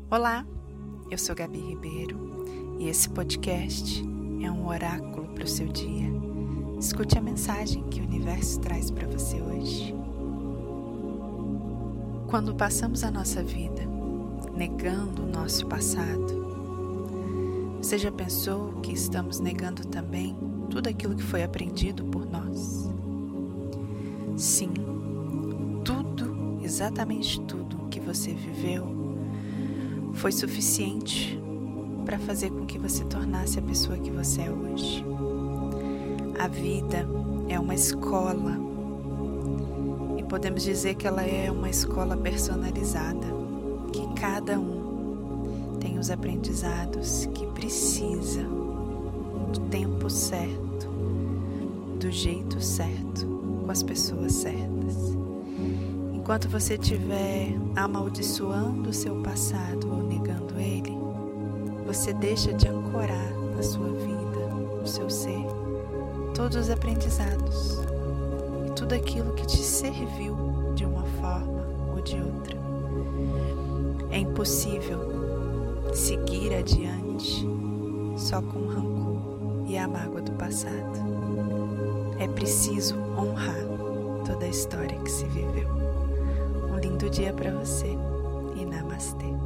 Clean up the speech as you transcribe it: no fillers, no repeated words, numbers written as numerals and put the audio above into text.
Olá, eu sou Gabi Ribeiro e esse podcast é um oráculo para o seu dia. Escute a mensagem que o universo traz para você hoje. Quando passamos a nossa vida negando o nosso passado, você já pensou que estamos negando também tudo aquilo que foi aprendido por nós? Sim, tudo, exatamente tudo que você viveu foi suficiente para fazer com que você tornasse a pessoa que você é hoje. A vida é uma escola e podemos dizer que ela é uma escola personalizada, que cada um tem os aprendizados que precisa, do tempo certo, do jeito certo, com as pessoas certas. Enquanto você estiver amaldiçoando o seu passado ou negando ele, você deixa de ancorar na sua vida, no seu ser, todos os aprendizados e tudo aquilo que te serviu de uma forma ou de outra. É impossível seguir adiante só com o rancor e a mágoa do passado. É preciso honrar toda a história que se viveu. Um lindo dia para você e namastê.